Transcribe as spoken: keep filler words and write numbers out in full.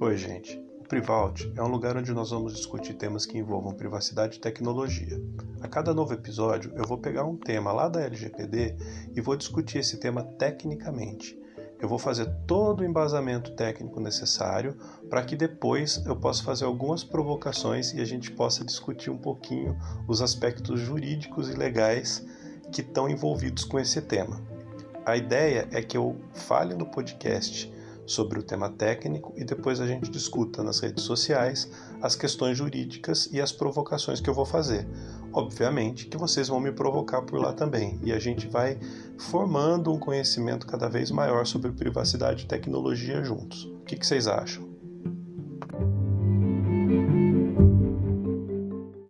Oi, gente. O Privault é um lugar onde nós vamos discutir temas que envolvam privacidade e tecnologia. A cada novo episódio, eu vou pegar um tema lá da L G P D e vou discutir esse tema tecnicamente. Eu vou fazer todo o embasamento técnico necessário para que depois eu possa fazer algumas provocações e a gente possa discutir um pouquinho os aspectos jurídicos e legais que estão envolvidos com esse tema. A ideia é que eu fale no podcast sobre o tema técnico e depois a gente discuta nas redes sociais as questões jurídicas e as provocações que eu vou fazer. Obviamente que vocês vão me provocar por lá também e a gente vai formando um conhecimento cada vez maior sobre privacidade e tecnologia juntos. O que que vocês acham?